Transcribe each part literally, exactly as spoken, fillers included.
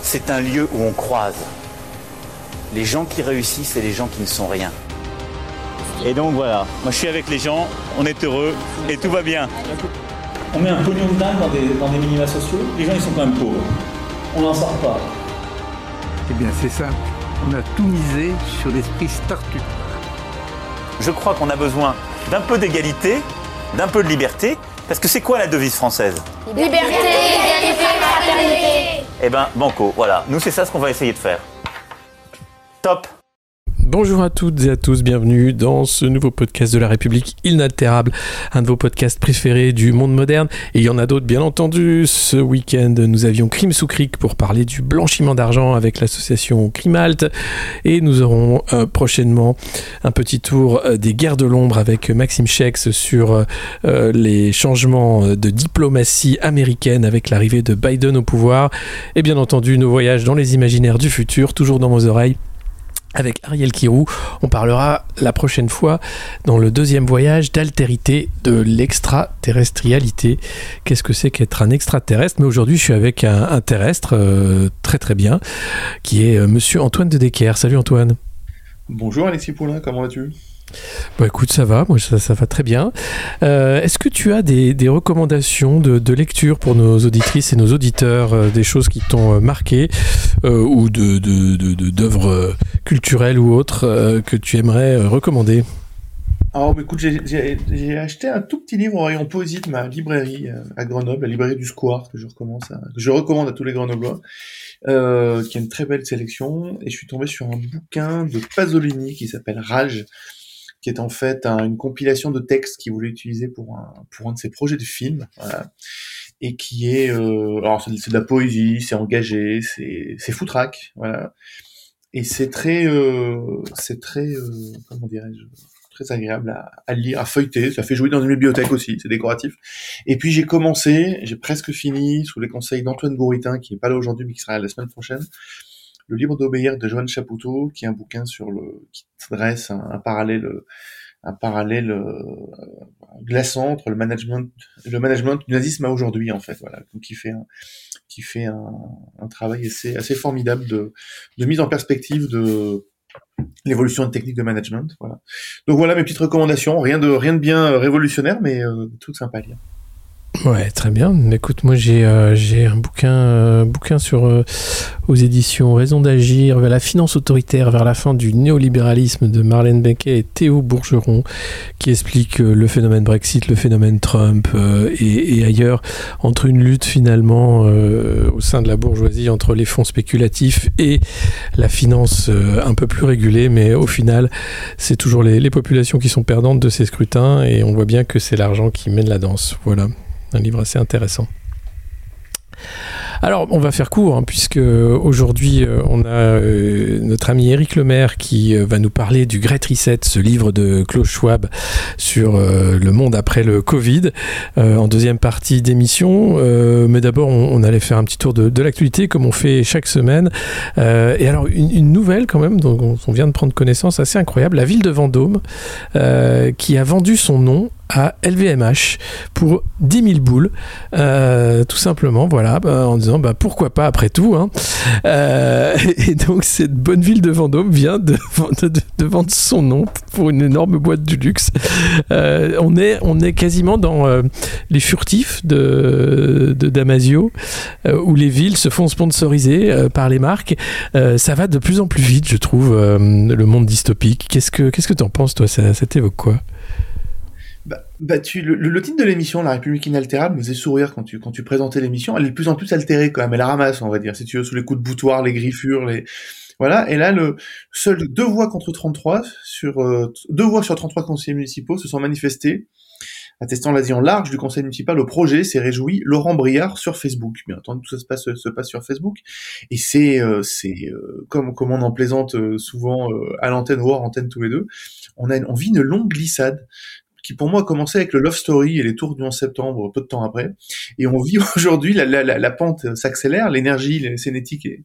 c'est un lieu où on croise les gens qui réussissent et les gens qui ne sont rien. Et donc voilà, moi je suis avec les gens, on est heureux et tout va bien. On met un pognon de dingue dans des, dans des minima sociaux, les gens ils sont quand même pauvres. On n'en sort pas. Eh bien c'est ça, on a tout misé sur l'esprit start-up. Je crois qu'on a besoin d'un peu d'égalité, d'un peu de liberté, parce que c'est quoi la devise française ? Liberté, égalité, fraternité. Eh ben, banco, voilà. Nous, c'est ça ce qu'on va essayer de faire. Top. Bonjour à toutes et à tous, bienvenue dans ce nouveau podcast de la République inaltérable, un de vos podcasts préférés du monde moderne. Et il y en a d'autres, bien entendu. Ce week-end, nous avions Crime sous Cric pour parler du blanchiment d'argent avec l'association Crimalt. Et nous aurons euh, prochainement un petit tour euh, des guerres de l'ombre avec Maxime Schex sur euh, les changements de diplomatie américaine avec l'arrivée de Biden au pouvoir. Et bien entendu, nos voyages dans les imaginaires du futur, toujours dans vos oreilles. Avec Ariel Kirou, on parlera la prochaine fois dans le deuxième voyage d'altérité de l'extraterrestrialité. Qu'est-ce que c'est qu'être un extraterrestre ? Mais aujourd'hui, je suis avec un, un terrestre euh, très très bien, qui est euh, Monsieur Antoine de Decker. Salut Antoine. Bonjour Alexis Poulain, comment vas-tu ? Bah écoute, ça va, moi ça, ça va très bien. Euh, est-ce que tu as des, des recommandations de, de lecture pour nos auditrices et nos auditeurs, euh, des choses qui t'ont euh, marqué euh, ou de, de, de, de, d'œuvres euh, culturelles ou autres euh, que tu aimerais euh, recommander ? Alors bah, écoute, j'ai, j'ai, j'ai acheté un tout petit livre en rayon poésie de ma librairie euh, à Grenoble, la librairie du Square, que je recommence à, que je recommande à tous les Grenoblois, euh, qui a une très belle sélection, et je suis tombé sur un bouquin de Pasolini qui s'appelle Rage, qui est en fait un, une compilation de textes qu'il voulait utiliser pour un, pour un de ses projets de film, voilà. Et qui est, euh, alors c'est, c'est de la poésie, c'est engagé, c'est, c'est foutraque, voilà. Et c'est très, euh, c'est très, euh, comment dirais-je, très agréable à, à lire, à feuilleter. Ça fait jouer dans une bibliothèque aussi, c'est décoratif. Et puis j'ai commencé, j'ai presque fini, sous les conseils d'Antoine Gouritin, qui est pas là aujourd'hui, mais qui sera là la semaine prochaine, le livre d'Obéir de Joan Chapoutot, qui est un bouquin sur le, qui dresse un, un parallèle, un parallèle euh, glaçant entre le management, le management du nazisme à aujourd'hui, en fait, voilà, donc qui fait un, qui fait un, un travail assez, assez formidable de, de mise en perspective de l'évolution des techniques de management, voilà. Donc voilà mes petites recommandations, rien de, rien de bien révolutionnaire, mais euh, tout sympa à lire. Ouais, très bien. Écoute, moi j'ai euh, j'ai un bouquin euh, bouquin sur euh, aux éditions Raison d'agir vers la finance autoritaire vers la fin du néolibéralisme de Marlène Becquet et Théo Bourgeron, qui explique euh, le phénomène Brexit, le phénomène Trump euh, et, et ailleurs, entre une lutte finalement euh, au sein de la bourgeoisie entre les fonds spéculatifs et la finance euh, un peu plus régulée, mais au final c'est toujours les, les populations qui sont perdantes de ces scrutins et on voit bien que c'est l'argent qui mène la danse. Voilà. Un livre assez intéressant. Alors, on va faire court, hein, puisque aujourd'hui, euh, on a euh, notre ami Éric Lemaire qui euh, va nous parler du Great Reset, ce livre de Klaus Schwab sur euh, le monde après le Covid, euh, en deuxième partie d'émission. Euh, mais d'abord, on, on allait faire un petit tour de, de l'actualité, comme on fait chaque semaine. Euh, et alors, une, une nouvelle quand même, dont on vient de prendre connaissance, assez incroyable, la ville de Vendôme, euh, qui a vendu son nom à L V M H pour dix mille boules, euh, tout simplement, voilà, bah, en disant bah, pourquoi pas après tout, hein. Euh, et donc cette bonne ville de Vendôme vient de, de, de, de vendre son nom pour une énorme boîte du luxe. Euh, on, est, on est quasiment dans euh, les furtifs de, de Damasio, euh, où les villes se font sponsoriser euh, par les marques. Euh, ça va de plus en plus vite, je trouve, euh, le monde dystopique. Qu'est-ce que qu'est-ce que t'en penses, toi ? Ça, ça t'évoque quoi ? Bah, bah tu, le, le titre de l'émission, La République inaltérable, me faisait sourire quand tu, quand tu présentais l'émission. Elle est de plus en plus altérée quand même. Elle la ramasse, on va dire, si tu veux, sous les coups de boutoir, les griffures, les, voilà. Et là, le, seul deux voix contre trente-trois sur, euh, deux voix sur trente-trois conseillers municipaux se sont manifestés, attestant l'adhésion large du conseil municipal au projet. S'est réjoui Laurent Briard sur Facebook. Bien entendu, tout ça se passe, se passe sur Facebook. Et c'est, euh, c'est, euh, comme, comme on en plaisante euh, souvent, euh, à l'antenne ou hors antenne tous les deux. On a, on vit une longue glissade, qui pour moi a commencé avec le Love Story et les tours du onze septembre, peu de temps après. Et on vit aujourd'hui, la, la, la, la pente s'accélère, l'énergie cinétique est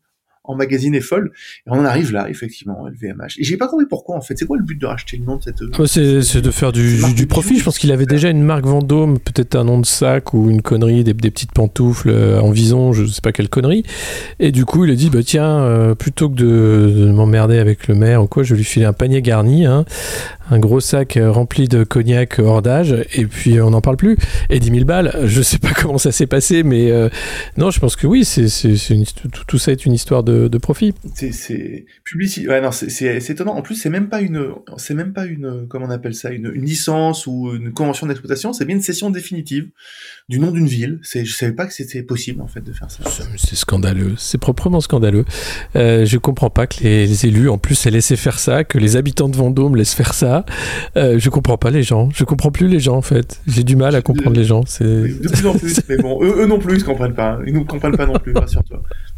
en magazine est folle. Et on en arrive là, effectivement, L V M H. Et j'ai pas compris pourquoi, en fait. C'est quoi le but de racheter le nom de cette... Ah, c'est, c'est de faire du, du, du profit. Je pense qu'il avait déjà une marque Vendôme, peut-être un nom de sac ou une connerie, des, des petites pantoufles en vison, je sais pas quelle connerie. Et du coup, il a dit, bah tiens, euh, plutôt que de, de m'emmerder avec le maire ou quoi, je vais lui filer un panier garni, hein, un gros sac rempli de cognac hors d'âge, et puis on n'en parle plus. Et dix mille balles, je sais pas comment ça s'est passé, mais euh, non, je pense que oui, c'est, c'est, c'est une, tout, tout ça est une histoire de, de profit. C'est, c'est publicité. Ouais, non, c'est, c'est, c'est étonnant. En plus, c'est même pas une, c'est même pas une, comment on appelle ça, une, une licence ou une convention d'exploitation. C'est bien une cession définitive du nom d'une ville. C'est, je savais pas que c'était possible en fait de faire ça. C'est, c'est scandaleux. C'est proprement scandaleux. Euh, je comprends pas que les, les élus, en plus, aient laissé faire ça, que les habitants de Vendôme laissent faire ça. Euh, je comprends pas les gens. Je comprends plus les gens en fait. J'ai du mal à comprendre les gens. C'est... De plus en plus. Mais bon, eux, eux non plus, ils se comprennent pas. Ils nous comprennent pas non plus. Rassure-toi.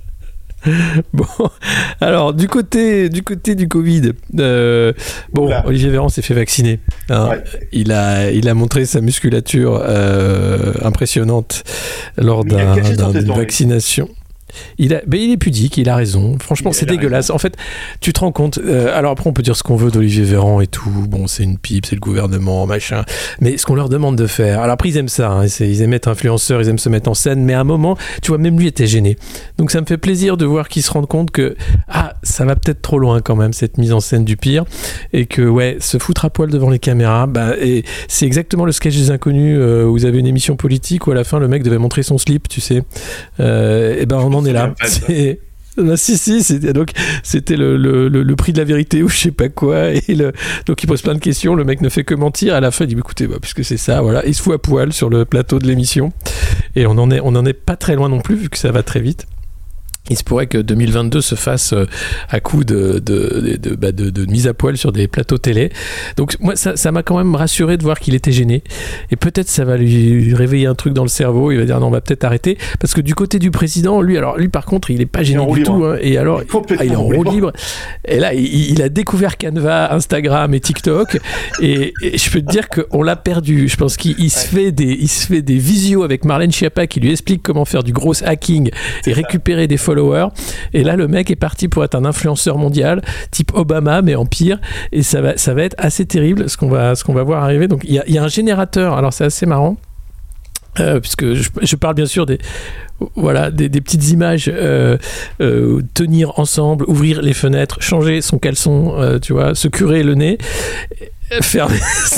Bon, alors du côté du côté du Covid, euh, bon, Oula. Olivier Véran s'est fait vacciner. Hein. Ouais. Il a il a montré sa musculature euh, impressionnante lors d'un, d'un, d'une vaccination. Il, a, ben il est pudique, il a raison. Franchement, il c'est dégueulasse. Raison. En fait, tu te rends compte. Euh, alors après, on peut dire ce qu'on veut d'Olivier Véran et tout. Bon, c'est une pipe, c'est le gouvernement, machin. Mais ce qu'on leur demande de faire. Alors après, ils aiment ça. Hein, c'est, ils aiment être influenceurs, ils aiment se mettre en scène. Mais à un moment, tu vois, même lui était gêné. Donc ça me fait plaisir de voir qu'ils se rendent compte que ah, ça va peut-être trop loin quand même cette mise en scène du pire, et que ouais, se foutre à poil devant les caméras. Bah, et c'est exactement le sketch des Inconnus euh, où vous avez une émission politique où à la fin le mec devait montrer son slip, tu sais. Euh, et ben on en est là. C'est... Non, si, si, c'était, donc, c'était le, le, le, le prix de la vérité ou je sais pas quoi. Et le, donc il pose plein de questions, le mec ne fait que mentir. À la fin, il dit écoutez, bah, puisque c'est ça, voilà. Il se fout à poil sur le plateau de l'émission. Et on en est, on en est pas très loin non plus, vu que ça va très vite. Il se pourrait que deux mille vingt-deux se fasse à coup de, de, de, de, de, de mise à poil sur des plateaux télé. Donc moi, ça, ça m'a quand même rassuré de voir qu'il était gêné. Et peut-être ça va lui réveiller un truc dans le cerveau. Il va dire non, on va peut-être arrêter. Parce que du côté du président, lui, alors lui par contre, il est pas gêné du libre. tout. Hein. Et alors, il, ah, il est en roue libre. Et là, il, il a découvert Canva, Instagram et TikTok. et, et je peux te dire qu'on l'a perdu. Je pense qu'il il se fait des, il se fait des visios avec Marlène Schiappa qui lui explique comment faire du gros hacking et récupérer des followers. Et là le mec est parti pour être un influenceur mondial type Obama mais en pire, et ça va, ça va être assez terrible ce qu'on va, ce qu'on va voir arriver. Donc il y a, y a un générateur, alors c'est assez marrant euh, puisque je, je parle bien sûr des voilà, des, des petites images euh, euh, tenir ensemble, ouvrir les fenêtres, changer son caleçon, euh, tu vois, se curer le nez, faire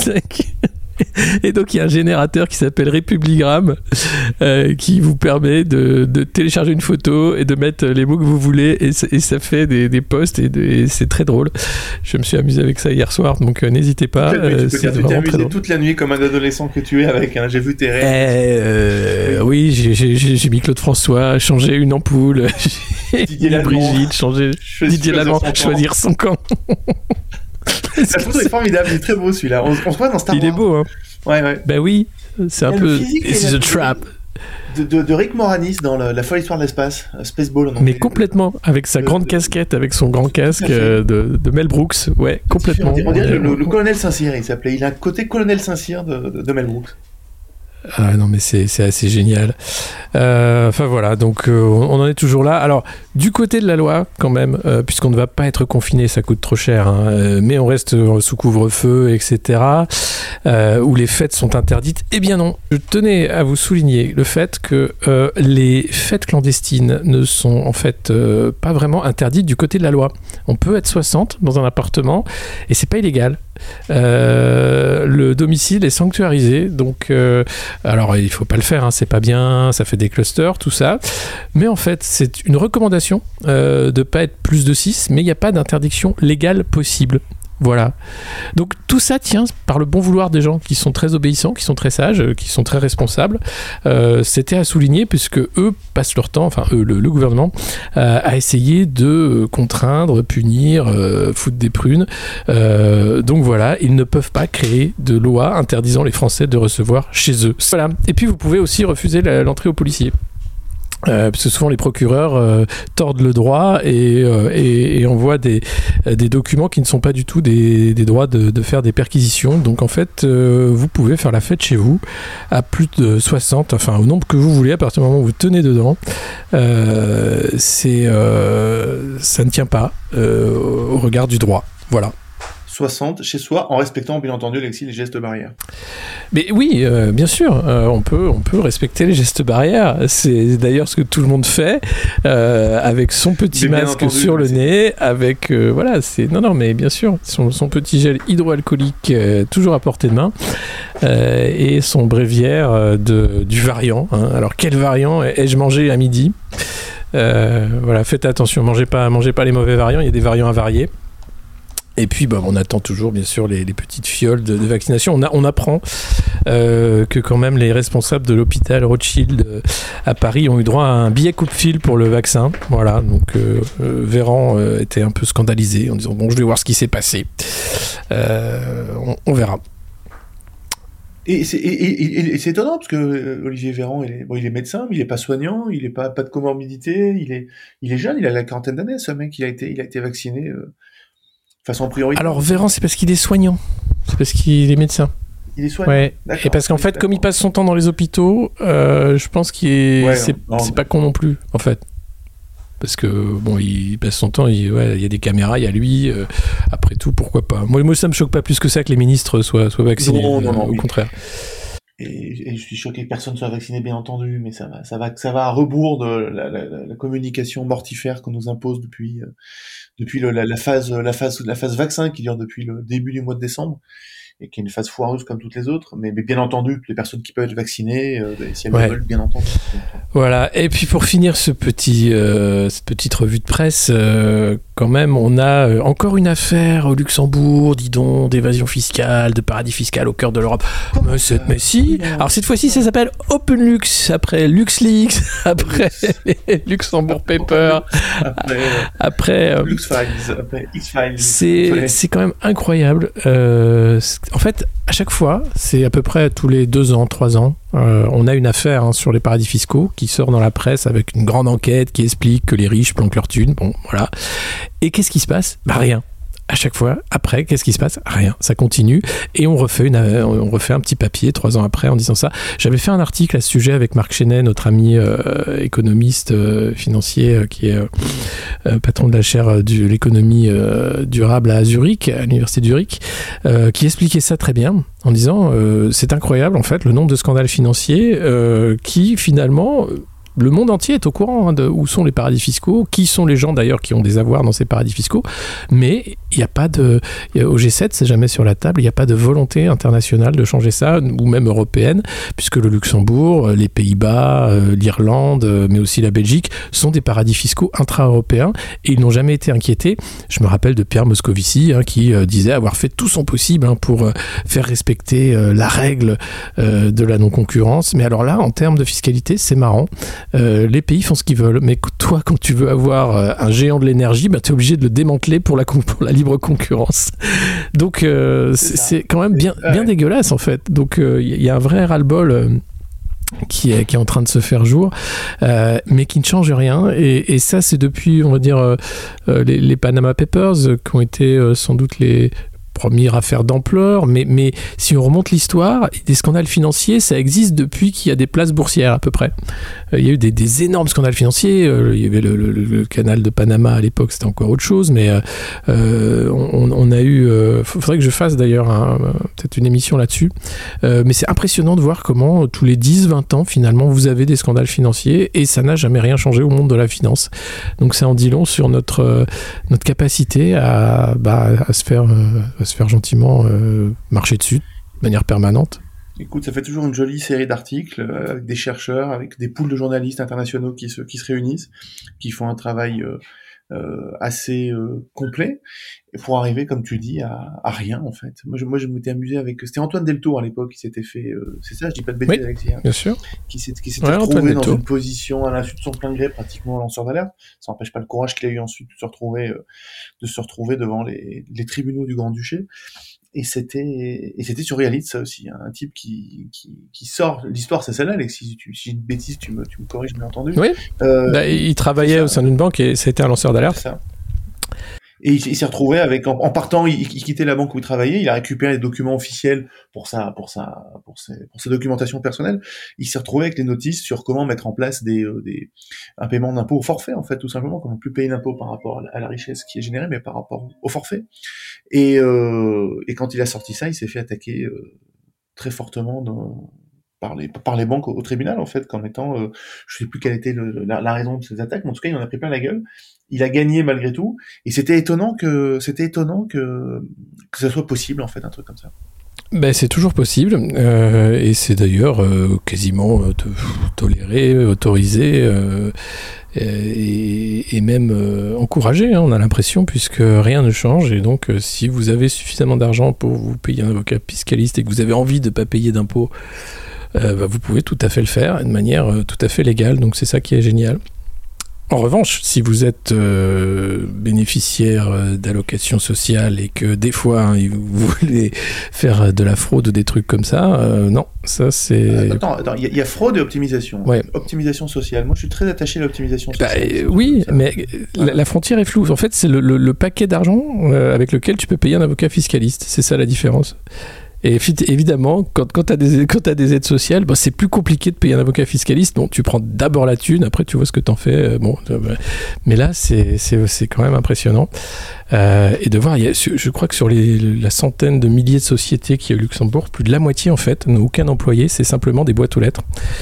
et donc il y a un générateur qui s'appelle Republigram euh, qui vous permet de, de télécharger une photo et de mettre les mots que vous voulez, et, et ça fait des, des posts et, de, et c'est très drôle. Je me suis amusé avec ça hier soir, donc euh, n'hésitez pas. Tu euh, peux dire, tu t'es amusé toute la nuit comme un adolescent que tu es avec, hein, j'ai vu tes rêves. Eh, euh, oui, j'ai, j'ai, j'ai mis Claude François, changer une ampoule, Didier Lallemand, Brigitte, changer Didier Lallemand, choisir son camp. La photo est formidable, il est très beau celui-là. On, on se voit dans Star Wars. Il est beau, hein. Ouais, ouais. Ben oui, c'est un peu. It's a trap. De, de, de Rick Moranis dans le, La folle histoire de l'espace, Spaceball en anglais. Mais complètement, avec sa grande de, casquette, avec son grand casque de, de Mel Brooks. Ouais, complètement. On dirait le, le, le colonel Saint-Cyr, il s'appelait. Il a un côté colonel Saint-Cyr de, de, de Mel Brooks. Ah non, mais c'est, c'est assez génial. Euh, enfin voilà, donc euh, on en est toujours là. Alors, du côté de la loi, quand même, euh, puisqu'on ne va pas être confiné, ça coûte trop cher, hein, euh, mais on reste sous couvre-feu, et cetera, euh, où les fêtes sont interdites. Eh bien non, je tenais à vous souligner le fait que euh, les fêtes clandestines ne sont en fait euh, pas vraiment interdites du côté de la loi. On peut être soixante dans un appartement, et c'est pas illégal. Euh, le domicile est sanctuarisé, donc euh, alors il faut pas le faire, hein, c'est pas bien, ça fait des clusters, tout ça, mais en fait c'est une recommandation euh, de pas être plus de six, mais il n'y a pas d'interdiction légale possible. Voilà. Donc tout ça tient par le bon vouloir des gens qui sont très obéissants, qui sont très sages, qui sont très responsables. Euh, c'était à souligner puisque eux passent leur temps, enfin eux, le, le gouvernement, euh, à essayer de contraindre, punir, euh, foutre des prunes. Euh, donc voilà, ils ne peuvent pas créer de loi interdisant les Français de recevoir chez eux. Voilà. Et puis vous pouvez aussi refuser la, l'entrée aux policiers. Euh, parce que souvent les procureurs euh, tordent le droit et, euh, et, et envoient des, des documents qui ne sont pas du tout des, des droits de, de faire des perquisitions. Donc en fait, euh, vous pouvez faire la fête chez vous à plus de soixante, enfin au nombre que vous voulez, à partir du moment où vous tenez dedans. Euh, c'est, euh, ça ne tient pas euh, au regard du droit. Voilà. soixante chez soi, en respectant bien entendu, Alexis, les gestes barrières. Mais oui, euh, bien sûr, euh, on peut, on peut respecter les gestes barrières. C'est d'ailleurs ce que tout le monde fait, euh, avec son petit mais masque entendu, sur le c'est... nez, avec euh, voilà, c'est non non, mais bien sûr, son, son petit gel hydroalcoolique euh, toujours à portée de main euh, et son bréviaire euh, de du variant. Hein. Alors quel variant ai-je mangé à midi? euh, Voilà, faites attention, mangez pas, mangez pas les mauvais variants. Il y a des variants avariés. Et puis, bah, on attend toujours, bien sûr, les, les petites fioles de, de vaccination. On, a, on apprend euh, que quand même les responsables de l'hôpital Rothschild euh, à Paris ont eu droit à un billet coupe-fil pour le vaccin. Voilà, donc euh, euh, Véran euh, était un peu scandalisé en disant « Bon, je vais voir ce qui s'est passé. Euh, on, on verra. » Et c'est, et, et, et c'est étonnant, parce que euh, Olivier Véran, il est, bon, il est médecin, mais il est pas soignant, il est pas, pas de comorbidité, il est, il est jeune, il a la quarantaine d'années, ce mec, il a été, il a été vacciné... Euh... façon prioritaire. Alors Véran, c'est parce qu'il est soignant, c'est parce qu'il est médecin. Il est soignant. Ouais. D'accord. Et parce qu'en fait, comme il passe son temps dans les hôpitaux, euh, je pense qu'il est, ouais, c'est, non, c'est mais... pas con non plus, en fait. Parce que bon, il passe son temps, il, ouais, il y a des caméras, il y a lui. Euh, après tout, pourquoi pas. Moi, moi, ça me choque pas plus que ça que les ministres soient, soient vaccinés. Non, non, non, euh, au oui. contraire. Et, et je suis choqué que personne soit vacciné, bien entendu, mais ça va, ça va, ça va à rebours de la, la, la communication mortifère qu'on nous impose depuis, euh, depuis le, la, la phase, la phase, la phase vaccin qui dure depuis le début du mois de décembre et qui est une phase foireuse comme toutes les autres. Mais, mais bien entendu, les personnes qui peuvent être vaccinées, euh, si elles ouais. le veulent, bien entendu. Voilà. Et puis pour finir ce petit, euh, cette petite revue de presse, euh, quand même, on a euh, encore une affaire au Luxembourg, dis donc, d'évasion fiscale, de paradis fiscal au cœur de l'Europe. Mais, cette, mais si. Alors cette fois-ci, ça s'appelle OpenLux, après LuxLeaks, après Luxembourg Paper, après, après euh, LuxFiles, après X-Files. C'est, ouais. c'est quand même incroyable. Euh, en fait, à chaque fois, c'est à peu près tous les deux ans, trois ans, euh, on a une affaire hein, sur les paradis fiscaux qui sort dans la presse avec une grande enquête qui explique que les riches planquent leur thune. Bon, voilà. Et qu'est-ce qui se passe ? Bah rien. À chaque fois, après, qu'est-ce qui se passe ? Rien. Ça continue. Et on refait, une, on refait un petit papier trois ans après en disant ça. J'avais fait un article à ce sujet avec Marc Chenet, notre ami euh, économiste euh, financier euh, qui est euh, euh, patron de la chaire de l'économie euh, durable à Zurich, à l'université de Zurich, euh, qui expliquait ça très bien en disant euh, c'est incroyable en fait le nombre de scandales financiers euh, qui finalement... Le monde entier est au courant hein, de où sont les paradis fiscaux, qui sont les gens d'ailleurs qui ont des avoirs dans ces paradis fiscaux, mais il n'y a pas de... Au G sept, c'est jamais sur la table, il n'y a pas de volonté internationale de changer ça, ou même européenne, puisque le Luxembourg, les Pays-Bas, l'Irlande, mais aussi la Belgique, sont des paradis fiscaux intra-européens, et ils n'ont jamais été inquiétés. Je me rappelle de Pierre Moscovici, hein, qui euh, disait avoir fait tout son possible hein, pour euh, faire respecter euh, la règle euh, de la non-concurrence, mais alors là, en termes de fiscalité, c'est marrant. Euh, les pays font ce qu'ils veulent, mais toi, quand tu veux avoir euh, un géant de l'énergie, bah, tu es obligé de le démanteler pour la, con- pour la libre concurrence. Donc, euh, c'est, c'est quand même bien, bien dégueulasse, en fait. Donc, il euh, y, y a un vrai ras-le-bol euh, qui, est, qui est en train de se faire jour, euh, mais qui ne change rien. Et, et ça, c'est depuis, on va dire, euh, les, les Panama Papers, euh, qui ont été euh, sans doute les... première affaire d'ampleur, mais, mais si on remonte l'histoire, des scandales financiers, ça existe depuis qu'il y a des places boursières à peu près. Euh, il y a eu des, des énormes scandales financiers, euh, il y avait le, le, le canal de Panama à l'époque, c'était encore autre chose, mais euh, on, on a eu... Il euh, faudrait que je fasse d'ailleurs un, peut-être une émission là-dessus, euh, mais c'est impressionnant de voir comment tous les dix vingt ans, finalement, vous avez des scandales financiers et ça n'a jamais rien changé au monde de la finance. Donc ça en dit long sur notre, euh, notre capacité à, bah, à se faire... Euh, se faire gentiment euh, marcher dessus de manière permanente. Écoute, ça fait toujours une jolie série d'articles euh, avec des chercheurs, avec des poules de journalistes internationaux qui se, qui se réunissent, qui font un travail euh, euh, assez euh, complet pour arriver, comme tu dis, à, à rien en fait. Moi, je, moi, je m'étais amusé avec... C'était Antoine Deltour à l'époque qui s'était fait... Euh, c'est ça, je dis pas de bêtises, oui, Alexis, hein, bien sûr. Qui, s'est, qui s'était ouais, retrouvé dans une position à l'insu de son plein gré, pratiquement lanceur d'alerte. Ça n'empêche pas le courage qu'il a eu ensuite de se retrouver, euh, de se retrouver devant les, les tribunaux du Grand-Duché. et c'était et c'était surréaliste ça aussi, hein, un type qui qui qui sort. L'histoire c'est celle-là, Alexis. Si tu si une bêtise, tu me tu me corriges bien entendu. Oui. Euh, bah, il travaillait au sein d'une banque et c'était un lanceur d'alerte. C'est ça. Et il, il s'est retrouvé avec, en, en partant, il, il quittait la banque où il travaillait, il a récupéré les documents officiels pour sa, pour sa, pour ses, pour ses documentations personnelles. Il s'est retrouvé avec les notices sur comment mettre en place des, euh, des, un paiement d'impôt au forfait, en fait, tout simplement, comment plus payer d'impôt par rapport à la richesse qui est générée, mais par rapport au forfait. Et, euh, et quand il a sorti ça, il s'est fait attaquer, euh, très fortement dans, par les, par les banques au, au tribunal, en fait, comme étant, euh, je sais plus quelle était le, la, la raison de ces attaques, mais en tout cas, il en a pris plein la gueule. Il a gagné malgré tout, et c'était étonnant que c'était étonnant que que ça soit possible en fait un truc comme ça. Ben, c'est toujours possible, euh, et c'est d'ailleurs euh, quasiment euh, toléré, autorisé, euh, et, et même euh, encouragé, hein, on a l'impression, puisque rien ne change, et donc euh, si vous avez suffisamment d'argent pour vous payer un avocat fiscaliste et que vous avez envie de ne pas payer d'impôts, euh, bah, vous pouvez tout à fait le faire de manière euh, tout à fait légale, donc c'est ça qui est génial. En revanche, si vous êtes euh, bénéficiaire euh, d'allocations sociales et que des fois hein, vous voulez faire de la fraude ou des trucs comme ça, euh, non, ça c'est... Euh, attends, attends, il y, y a fraude et optimisation. Ouais. Optimisation sociale. Moi, je suis très attaché à l'optimisation sociale. Bah, euh, oui, mais la, la frontière est floue. En fait, c'est le, le, le paquet d'argent euh, avec lequel tu peux payer un avocat fiscaliste. C'est ça la différence. Et évidemment, quand, quand tu as des, quand t'as des aides sociales, bah, c'est plus compliqué de payer un avocat fiscaliste. Bon, tu prends d'abord la thune, après tu vois ce que t'en fais. Bon, mais là, c'est, c'est, c'est quand même impressionnant. Euh, et de voir, il y a, je crois que sur les, la centaine de milliers de sociétés qu'il y a au Luxembourg, plus de la moitié en fait n'ont aucun employé, c'est simplement des boîtes aux lettres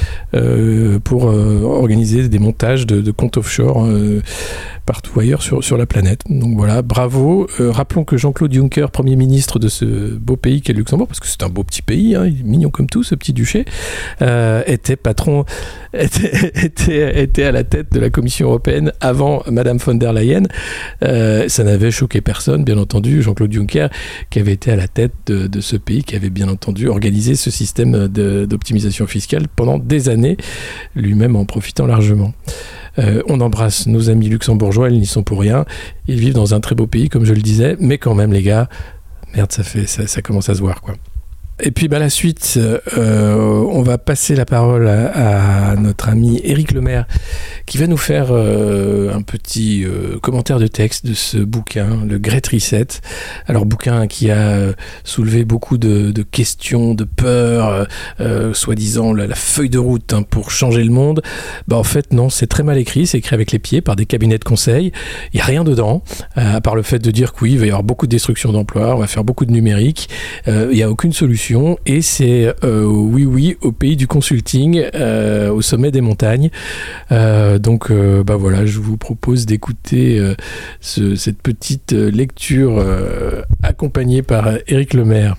euh, pour euh, organiser des montages de, de comptes offshore euh, partout ailleurs sur, sur la planète. Donc voilà, bravo. Euh, rappelons que Jean-Claude Juncker, Premier ministre de ce beau pays qu'est le Luxembourg, parce que c'est un beau petit pays, hein, il est mignon comme tout, ce petit duché, euh, était patron, était, était, était à la tête de la Commission européenne avant Madame von der Leyen. Euh, ça n'avait choqué personne, bien entendu. Jean-Claude Juncker, qui avait été à la tête de, de ce pays, qui avait bien entendu organisé ce système de, d'optimisation fiscale pendant des années, lui-même en profitant largement. Euh, on embrasse nos amis luxembourgeois, ils n'y sont pour rien. Ils vivent dans un très beau pays, comme je le disais, mais quand même, les gars, merde, ça fait, ça, ça commence à se voir, quoi. Et puis bah, la suite, euh, on va passer la parole à, à notre ami Éric Lemaire qui va nous faire euh, un petit euh, commentaire de texte de ce bouquin, le Great Reset. Alors bouquin qui a soulevé beaucoup de, de questions, de peurs, euh, soi-disant la, la feuille de route hein, pour changer le monde. Bah, en fait non, c'est très mal écrit, c'est écrit avec les pieds par des cabinets de conseil. Il n'y a rien dedans, euh, à part le fait de dire que oui, il va y avoir beaucoup de destruction d'emplois, on va faire beaucoup de numérique, euh, il n'y a aucune solution. Et c'est euh, oui oui au pays du consulting, euh, au sommet des montagnes. Euh, donc euh, bah voilà, je vous propose d'écouter euh, ce, cette petite lecture euh, accompagnée par Éric Lemaire.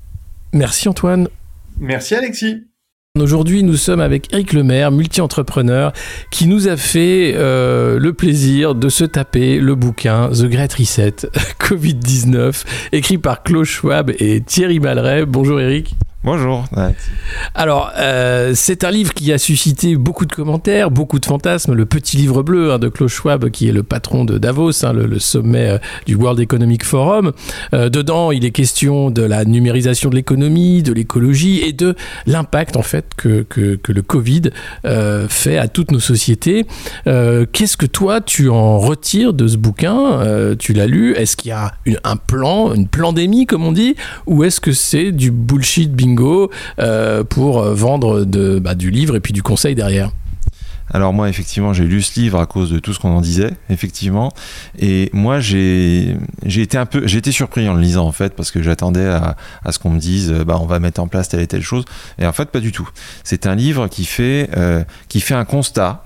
Merci Antoine. Merci Alexis. Aujourd'hui, nous sommes avec Éric Lemaire, multi-entrepreneur, qui nous a fait euh, le plaisir de se taper le bouquin The Great Reset, covid dix-neuf, écrit par Klaus Schwab et Thierry Balleret. Bonjour Éric. Bonjour. Ouais. Alors, euh, c'est un livre qui a suscité beaucoup de commentaires, beaucoup de fantasmes. Le petit livre bleu hein, de Klaus Schwab, qui est le patron de Davos, hein, le, le sommet euh, du World Economic Forum. Euh, dedans, il est question de la numérisation de l'économie, de l'écologie et de l'impact en fait que, que, que le Covid euh, fait à toutes nos sociétés. Euh, qu'est-ce que toi, tu en retires de ce bouquin ? euh, Tu l'as lu ? Est-ce qu'il y a une, un plan, une pandémie comme on dit ? Ou est-ce que c'est du bullshit bingo Euh, pour vendre de, bah, du livre et puis du conseil derrière? Alors moi, effectivement, j'ai lu ce livre à cause de tout ce qu'on en disait, effectivement. Et moi, j'ai, j'ai été un peu, j'ai été surpris en le lisant, en fait, parce que j'attendais à, à ce qu'on me dise, bah, on va mettre en place telle et telle chose. Et en fait, pas du tout. C'est un livre qui fait, euh, qui fait un constat.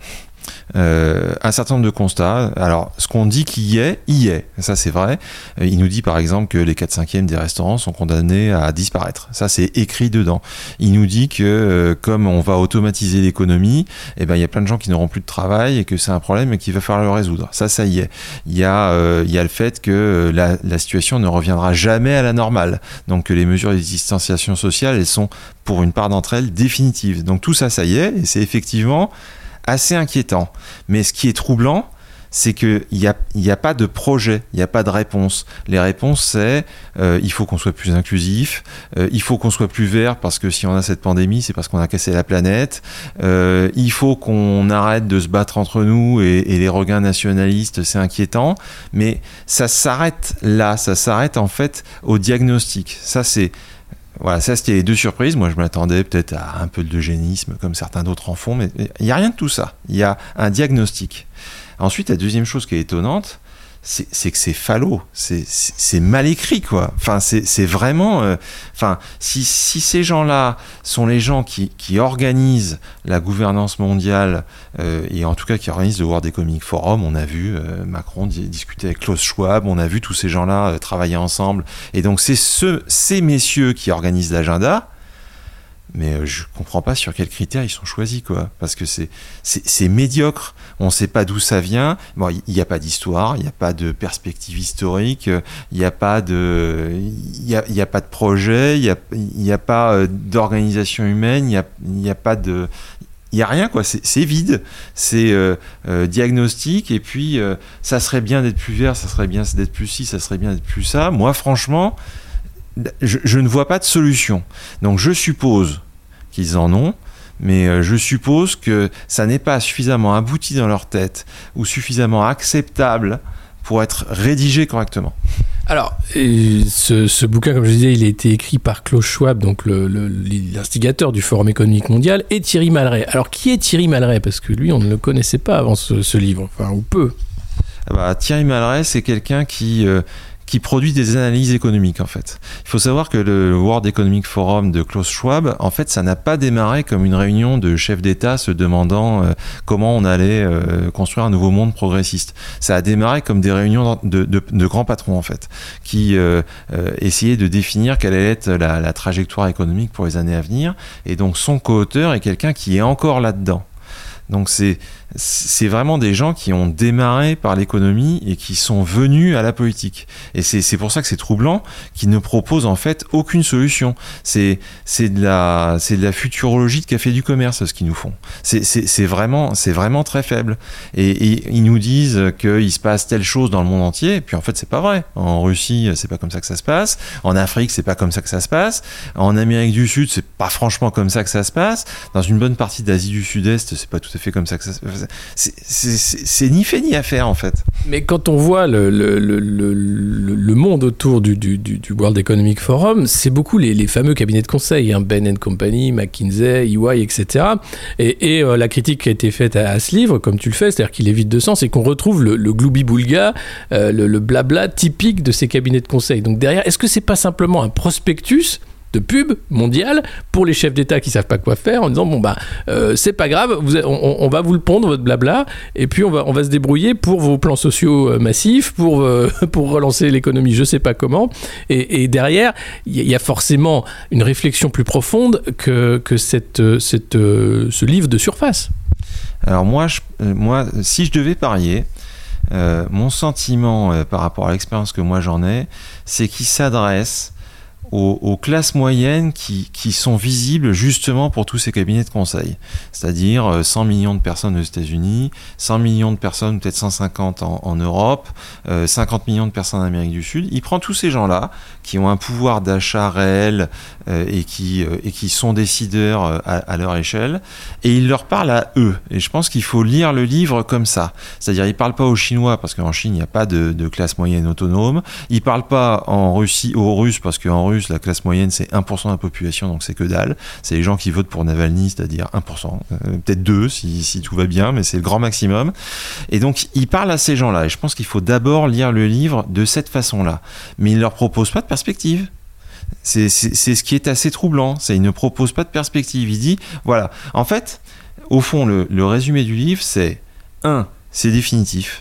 Euh, un certain nombre de constats. Alors, ce qu'on dit qu'il y est, y est. Ça, c'est vrai. Il nous dit, par exemple, que les quatre cinquièmes des restaurants sont condamnés à disparaître. Ça, c'est écrit dedans. Il nous dit que, euh, comme on va automatiser l'économie, eh ben, il y a plein de gens qui n'auront plus de travail et que c'est un problème et qu'il va falloir le résoudre. Ça, ça y est. Il y a, euh, il y a le fait que la, la situation ne reviendra jamais à la normale. Donc, que les mesures de distanciation sociale, elles sont, pour une part d'entre elles, définitives. Donc, tout ça, ça y est. Et c'est effectivement assez inquiétant. Mais ce qui est troublant, c'est qu'il n'y a, y a pas de projet, il n'y a pas de réponse. Les réponses, c'est euh, il faut qu'on soit plus inclusif, euh, il faut qu'on soit plus vert parce que si on a cette pandémie, c'est parce qu'on a cassé la planète, euh, il faut qu'on arrête de se battre entre nous et, et les regains nationalistes, c'est inquiétant. Mais ça s'arrête là, ça s'arrête en fait au diagnostic. Ça, c'est... Voilà, ça c'était les deux surprises. Moi je m'attendais peut-être à un peu d'eugénisme comme certains d'autres en font, mais il n'y a rien de tout ça. Il y a un diagnostic. Ensuite, la deuxième chose qui est étonnante, c'est, c'est que c'est falot, c'est, c'est, c'est mal écrit, quoi. Enfin, c'est, c'est vraiment... Euh, enfin, si, si ces gens-là sont les gens qui, qui organisent la gouvernance mondiale, euh, et en tout cas qui organisent le World Economic Forum, on a vu euh, Macron di- discuter avec Klaus Schwab, on a vu tous ces gens-là euh, travailler ensemble, et donc c'est ce, ces messieurs qui organisent l'agenda, mais euh, je comprends pas sur quels critères ils sont choisis, quoi, parce que c'est, c'est, c'est médiocre, on sait pas d'où ça vient. Bon, il n'y a pas d'histoire, il n'y a pas de perspective historique, il n'y a pas de, il y a, y a pas de projet, il n'y a, y a pas d'organisation humaine, il n'y a, y a pas de... Il n'y a rien, quoi, c'est, c'est vide, c'est euh, euh, diagnostic, et puis euh, ça serait bien d'être plus vert, ça serait bien d'être plus ci, ça serait bien d'être plus ça. Moi, franchement, je, je ne vois pas de solution. Donc je suppose qu'ils en ont, mais euh, je suppose que ça n'est pas suffisamment abouti dans leur tête ou suffisamment acceptable pour être rédigé correctement. Alors, ce, ce bouquin, comme je disais, il a été écrit par Klaus Schwab, donc le, le, l'instigateur du Forum économique mondial, et Thierry Malret. Alors, qui est Thierry Malret ? Parce que lui, on ne le connaissait pas avant ce, ce livre, enfin, ou peu. Ah bah, Thierry Malret, c'est quelqu'un qui... Euh, qui produit des analyses économiques, en fait. Il faut savoir que le World Economic Forum de Klaus Schwab, en fait, ça n'a pas démarré comme une réunion de chefs d'État se demandant euh, comment on allait euh, construire un nouveau monde progressiste. Ça a démarré comme des réunions de, de, de grands patrons, en fait, qui euh, euh, essayaient de définir quelle allait être la, la trajectoire économique pour les années à venir. Et donc, son co-auteur est quelqu'un qui est encore là-dedans. Donc c'est, c'est vraiment des gens qui ont démarré par l'économie et qui sont venus à la politique. Et c'est, c'est pour ça que c'est troublant qu'ils ne proposent en fait aucune solution. C'est, c'est, de, la, c'est de la futurologie de café du commerce ce qu'ils nous font. C'est, c'est, c'est, vraiment, c'est vraiment très faible. Et, et ils nous disent qu'il se passe telle chose dans le monde entier, et puis en fait c'est pas vrai. En Russie c'est pas comme ça que ça se passe. En Afrique c'est pas comme ça que ça se passe. En Amérique du Sud c'est pas franchement comme ça que ça se passe. Dans une bonne partie d'Asie du Sud-Est c'est pas tout fait comme ça que ça c'est, c'est, c'est, c'est ni fait ni à faire en fait. Mais quand on voit le, le, le, le, le monde autour du, du, du World Economic Forum, c'est beaucoup les, les fameux cabinets de conseil, hein, Ben and Company, McKinsey, E Y, et cetera. Et, et euh, la critique qui a été faite à, à ce livre, comme tu le fais, c'est-à-dire qu'il est vide de sens, c'est qu'on retrouve le, le gloubi-boulga, euh, le, le blabla typique de ces cabinets de conseil. Donc derrière, est-ce que c'est pas simplement un prospectus de pub mondiale pour les chefs d'État qui savent pas quoi faire en disant bon bah euh, c'est pas grave, vous, on, on va vous le pondre votre blabla et puis on va on va se débrouiller pour vos plans sociaux massifs pour euh, pour relancer l'économie je sais pas comment et, et derrière il y, y a forcément une réflexion plus profonde que que cette cette euh, ce livre de surface. Alors moi je, moi si je devais parier euh, mon sentiment euh, par rapport à l'expérience que moi j'en ai c'est qu'il s'adresse Aux, aux classes moyennes qui, qui sont visibles justement pour tous ces cabinets de conseil. C'est-à-dire cent millions de personnes aux États-Unis, cent millions de personnes, peut-être cent cinquante en, en Europe, euh, cinquante millions de personnes en Amérique du Sud. Il prend tous ces gens-là qui ont un pouvoir d'achat réel euh, et, qui, euh, et qui sont décideurs euh, à, à leur échelle et il leur parle à eux. Et je pense qu'il faut lire le livre comme ça. C'est-à-dire il ne parle pas aux Chinois parce qu'en Chine il n'y a pas de, de classe moyenne autonome. Il ne parle pas en Russie, aux Russes parce qu'en Russie la classe moyenne c'est un pour cent de la population donc c'est que dalle, c'est les gens qui votent pour Navalny, c'est-à-dire un pour cent, euh, peut-être deux si, si tout va bien mais c'est le grand maximum et donc il parle à ces gens-là et je pense qu'il faut d'abord lire le livre de cette façon-là mais il ne leur propose pas de perspective. C'est, c'est, c'est ce qui est assez troublant, c'est il ne propose pas de perspective, il dit voilà, en fait au fond le, le résumé du livre c'est un, c'est définitif,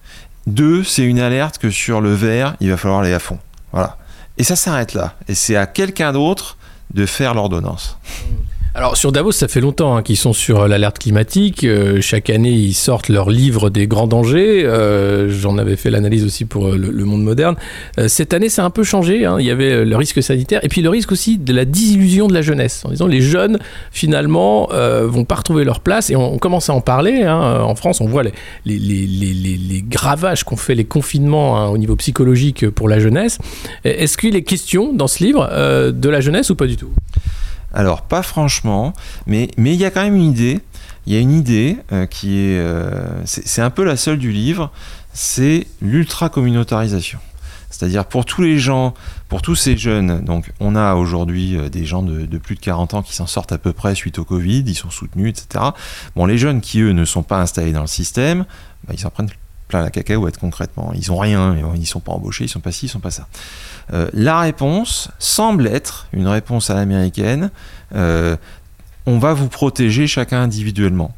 deux, c'est une alerte que sur le vert il va falloir aller à fond, voilà. Et ça s'arrête là. Et c'est à quelqu'un d'autre de faire l'ordonnance. Alors sur Davos, ça fait longtemps hein, qu'ils sont sur l'alerte climatique. Euh, chaque année, ils sortent leur livre des grands dangers. Euh, j'en avais fait l'analyse aussi pour le, le Monde moderne. Euh, cette année, ça a un peu changé. Hein. Il y avait le risque sanitaire et puis le risque aussi de la désillusion de la jeunesse. En disant les jeunes, finalement, euh, vont pas retrouver leur place. Et on, on commence à en parler. Hein. En France, on voit les, les, les, les, les, les gravages qu'ont fait les confinements hein, au niveau psychologique pour la jeunesse. Est-ce qu'il est question dans ce livre euh, de la jeunesse ou pas du tout ? Alors, pas franchement, mais mais il y a quand même une idée. Il y a une idée euh, qui est, euh, c'est, c'est un peu la seule du livre, c'est l'ultra-communautarisation. C'est-à-dire pour tous les gens, pour tous ces jeunes, donc on a aujourd'hui euh, des gens de, de plus de quarante ans qui s'en sortent à peu près suite au Covid, ils sont soutenus, et cetera. Bon, les jeunes qui, eux, ne sont pas installés dans le système, bah, ils s'en prennent plein la cacahuète concrètement. Ils ont rien, ils ne sont pas embauchés, ils sont pas ci, ils sont pas ça. Euh, la réponse semble être une réponse à l'américaine. Euh, on va vous protéger chacun individuellement.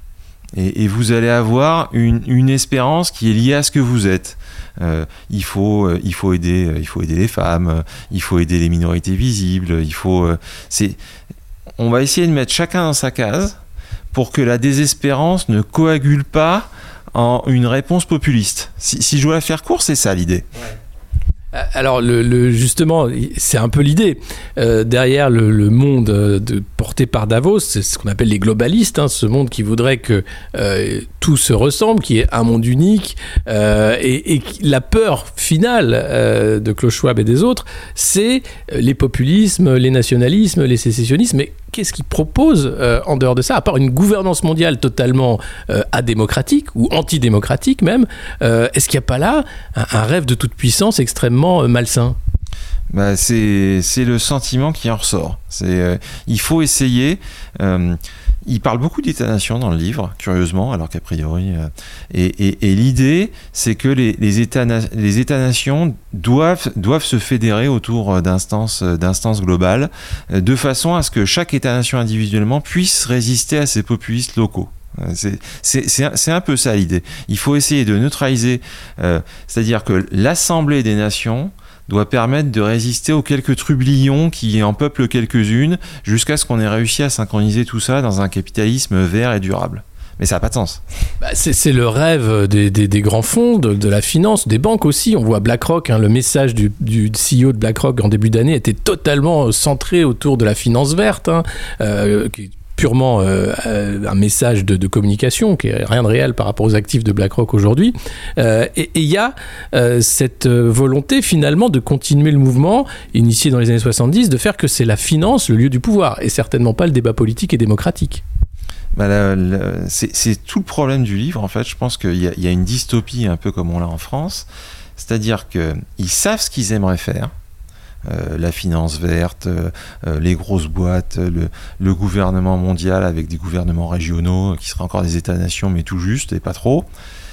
Et, et vous allez avoir une, une espérance qui est liée à ce que vous êtes. Euh, il faut, euh, il faut aider, euh, il faut aider les femmes, euh, il faut aider les minorités visibles. Il faut, euh, c'est, on va essayer de mettre chacun dans sa case pour que la désespérance ne coagule pas en une réponse populiste. Si, si je dois la faire court, c'est ça l'idée. Ouais. Alors, le, le, justement, c'est un peu l'idée. Euh, derrière le, le monde de, porté par Davos, c'est ce qu'on appelle les globalistes, hein, ce monde qui voudrait que euh, tout se ressemble, qu'il y ait un monde unique. Euh, et, et la peur finale euh, de Klaus Schwab et des autres, c'est les populismes, les nationalismes, les sécessionnismes. Mais qu'est-ce qu'ils proposent euh, en dehors de ça, à part une gouvernance mondiale totalement euh, adémocratique ou antidémocratique même? euh, Est-ce qu'il n'y a pas là un, un rêve de toute puissance extrêmement euh, malsain? Bah, c'est, c'est le sentiment qui en ressort. C'est, euh, il faut essayer... Euh, il parle beaucoup d'États-nations dans le livre, curieusement, alors qu'a priori... Euh, et, et, et l'idée, c'est que les, les, États, les États-nations doivent, doivent se fédérer autour d'instances, d'instances globales, de façon à ce que chaque État-nation individuellement puisse résister à ces populistes locaux. C'est, c'est, c'est, un, c'est un peu ça l'idée. Il faut essayer de neutraliser... Euh, c'est-à-dire que l'Assemblée des nations doit permettre de résister aux quelques trublions qui en peuplent quelques-unes jusqu'à ce qu'on ait réussi à synchroniser tout ça dans un capitalisme vert et durable. Mais ça n'a pas de sens. Bah c'est, c'est le rêve des, des, des grands fonds, de, de la finance, des banques aussi. On voit BlackRock, hein, le message du, du C E O de BlackRock en début d'année était totalement centré autour de la finance verte, hein, euh, qui purement euh, un message de, de communication qui est rien de réel par rapport aux actifs de BlackRock aujourd'hui. Euh, et il y a euh, cette volonté finalement de continuer le mouvement initié dans les années soixante-dix, de faire que c'est la finance le lieu du pouvoir et certainement pas le débat politique et démocratique. Bah, la, la, c'est, c'est tout le problème du livre en fait. Je pense qu'il y a, il y a une dystopie un peu comme on l'a en France, c'est-à-dire qu'ils savent ce qu'ils aimeraient faire. Euh, la finance verte, euh, euh, les grosses boîtes, le, le gouvernement mondial avec des gouvernements régionaux qui seraient encore des États-nations mais tout juste et pas trop.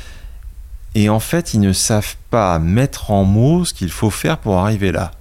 Et en fait, ils ne savent pas mettre en mots ce qu'il faut faire pour arriver là.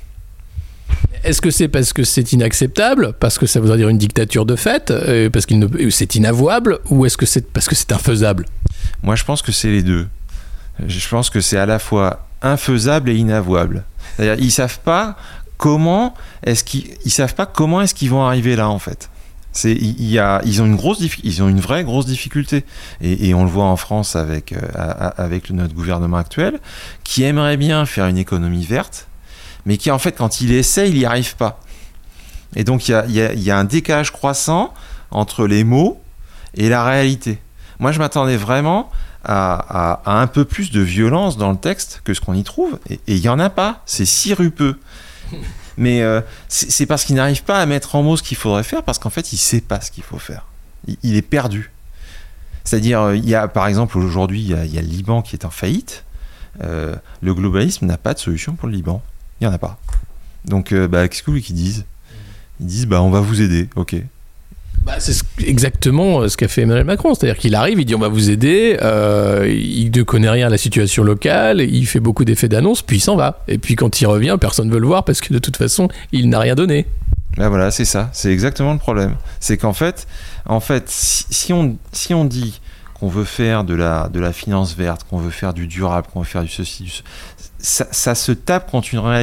Est-ce que c'est parce que c'est inacceptable, parce que ça voudrait dire une dictature de fait, euh, parce que c'est inavouable, ou est-ce que c'est parce que c'est infaisable? Moi, je pense que c'est les deux. Je pense que c'est à la fois infaisable et inavouable. C'est-à-dire, ils savent pas comment est-ce qu'ils, ils savent pas comment est-ce qu'ils vont arriver là en fait. C'est, il y a, ils ont une grosse, ils ont une vraie grosse difficulté, et, et on le voit en France avec euh, avec notre gouvernement actuel, qui aimerait bien faire une économie verte, mais qui en fait quand il essaie, il n'y arrive pas. Et donc il y a, il y a, il y a un décalage croissant entre les mots et la réalité. Moi, je m'attendais vraiment À, à, à un peu plus de violence dans le texte que ce qu'on y trouve, et il n'y en a pas, c'est sirupeux. Mais euh, c'est, c'est parce qu'il n'arrive pas à mettre en mots ce qu'il faudrait faire, parce qu'en fait il ne sait pas ce qu'il faut faire, il, il est perdu. C'est-à-dire, il y a, par exemple aujourd'hui il y a, il y a le Liban qui est en faillite, euh, le globalisme n'a pas de solution pour le Liban, il n'y en a pas. Donc euh, bah, qu'est-ce que vous voulez qu'ils disent? Ils disent bah, on va vous aider, ok. Bah, c'est exactement ce qu'a fait Emmanuel Macron, c'est-à-dire qu'il arrive, il dit on va vous aider, euh, il ne connaît rien à la situation locale, il fait beaucoup d'effets d'annonce, puis il s'en va. Et puis quand il revient, personne ne veut le voir parce que de toute façon, il n'a rien donné. Ben voilà, c'est ça, c'est exactement le problème. C'est qu'en fait, en fait si, si, on, si on dit qu'on veut faire de la, de la finance verte, qu'on veut faire du durable, qu'on veut faire du ceci, du ce, ça, ça se tape contre une réalité.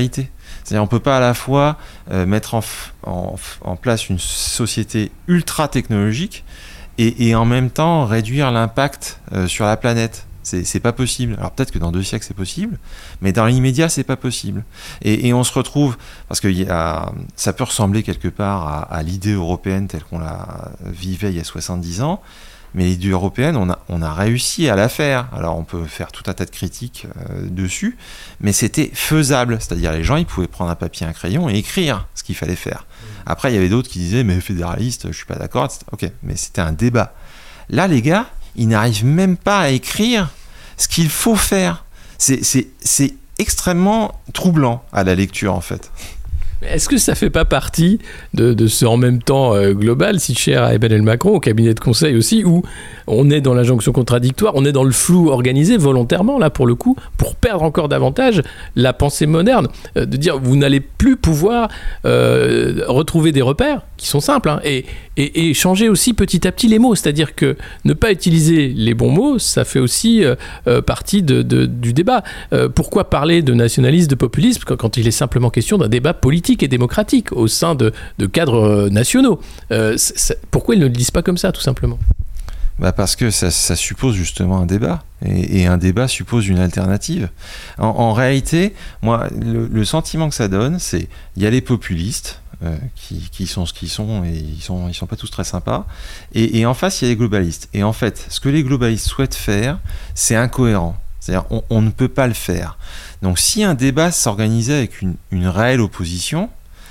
C'est-à-dire on peut pas à la fois euh, mettre en, f- en, f- en place une société ultra technologique et, et en même temps réduire l'impact euh, sur la planète. C'est, c'est pas possible. Alors peut-être que dans deux siècles c'est possible, mais dans l'immédiat c'est pas possible. Et, et on se retrouve, parce que y a, ça peut ressembler quelque part à, à l'idée européenne telle qu'on la vivait il y a soixante-dix ans, mais l'idée européenne, on a, on a réussi à la faire. Alors on peut faire tout un tas de critiques euh, dessus, mais c'était faisable. C'est-à-dire les gens, ils pouvaient prendre un papier, un crayon et écrire ce qu'il fallait faire. Après, il y avait d'autres qui disaient, mais fédéraliste, je suis pas d'accord, et cetera. Ok, mais c'était un débat. Là, les gars, ils n'arrivent même pas à écrire ce qu'il faut faire. C'est, c'est, c'est extrêmement troublant à la lecture, en fait. Est-ce que ça fait pas partie de, de ce en même temps euh, global, si cher à Emmanuel Macron, au cabinet de conseil aussi, où on est dans l'injonction contradictoire, on est dans le flou organisé volontairement, là pour le coup, pour perdre encore davantage la pensée moderne, euh, de dire vous n'allez plus pouvoir euh, retrouver des repères qui sont simples, hein, et, et, et changer aussi petit à petit les mots, c'est-à-dire que ne pas utiliser les bons mots, ça fait aussi euh, euh, partie de, de, du débat. Euh, pourquoi parler de nationalisme, de populisme, quand, quand il est simplement question d'un débat politique et démocratique au sein de, de cadres nationaux. Euh, c'est, c'est, pourquoi ils ne le disent pas comme ça, tout simplement ? Bah parce que ça, ça suppose justement un débat, et, et un débat suppose une alternative. En, en réalité, moi, le, le sentiment que ça donne, c'est il y a les populistes euh, qui, qui sont ce qu'ils sont, et ils sont, ils sont pas tous très sympas, et, et en face, il y a les globalistes. Et en fait, ce que les globalistes souhaitent faire, c'est incohérent. C'est-à-dire, on, on ne peut pas le faire. Donc, si un débat s'organisait avec une, une réelle opposition,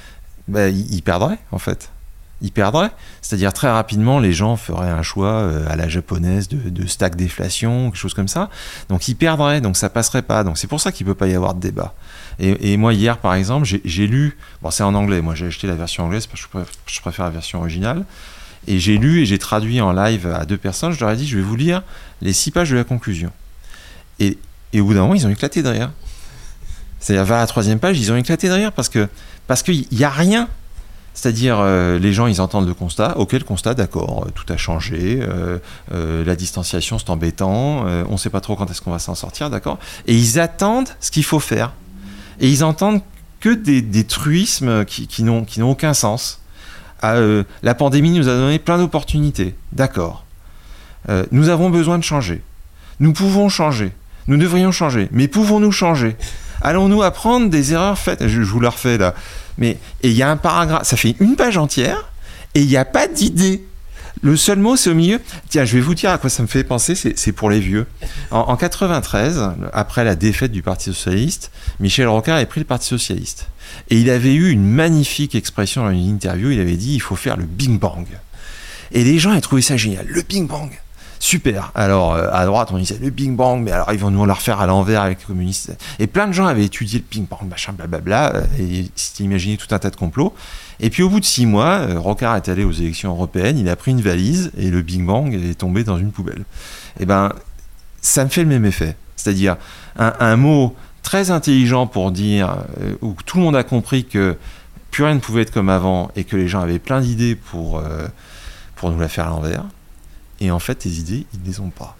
bah, il, il perdrait, en fait. Il perdrait. C'est-à-dire, très rapidement, les gens feraient un choix euh, à la japonaise de, de stagflation, quelque chose comme ça. Donc, il perdrait. Donc, ça passerait pas. Donc, c'est pour ça qu'il ne peut pas y avoir de débat. Et, et moi, hier, par exemple, j'ai, j'ai lu... Bon, c'est en anglais. Moi, j'ai acheté la version anglaise parce que je préfère, je préfère la version originale. Et j'ai lu et j'ai traduit en live à deux personnes. Je leur ai dit, je vais vous lire les six pages de la conclusion. Et, et au bout d'un moment, ils ont éclaté de rire. C'est-à-dire, vers la troisième page, ils ont éclaté de rire parce que parce qu'il n'y a rien. C'est-à-dire, euh, les gens, ils entendent le constat. Ok, le constat, d'accord, euh, tout a changé. Euh, euh, la distanciation, c'est embêtant. Euh, on ne sait pas trop quand est-ce qu'on va s'en sortir, d'accord. Et ils attendent ce qu'il faut faire. Et ils entendent que des, des truismes qui, qui, n'ont, qui n'ont aucun sens. Ah, euh, la pandémie nous a donné plein d'opportunités. D'accord. Euh, nous avons besoin de changer. Nous pouvons changer. Nous devrions changer. Mais pouvons-nous changer ? Allons-nous apprendre des erreurs faites ? je, je vous la refais là. Mais, et il y a un paragraphe, ça fait une page entière, et il n'y a pas d'idée. Le seul mot, c'est au milieu. Tiens, je vais vous dire à quoi ça me fait penser, c'est, c'est pour les vieux. En, en quatre-vingt-treize, après la défaite du Parti Socialiste, Michel Rocard avait pris le Parti Socialiste. Et il avait eu une magnifique expression dans une interview, il avait dit « il faut faire le Big Bang ». Et les gens avaient trouvé ça génial, le Big Bang. Super. Alors, euh, à droite, on disait le Big Bang, mais alors ils vont nous le refaire à l'envers avec les communistes. Et plein de gens avaient étudié le Big Bang, machin, blablabla, et s'étaient imaginé tout un tas de complots. Et puis au bout de six mois, euh, Rocard est allé aux élections européennes, il a pris une valise, et le Big Bang est tombé dans une poubelle. Et ben, ça me fait le même effet. C'est-à-dire, un, un mot très intelligent pour dire, euh, où tout le monde a compris que plus rien ne pouvait être comme avant, et que les gens avaient plein d'idées pour, euh, pour nous la faire à l'envers. Et en fait, les idées, ils ne les ont pas.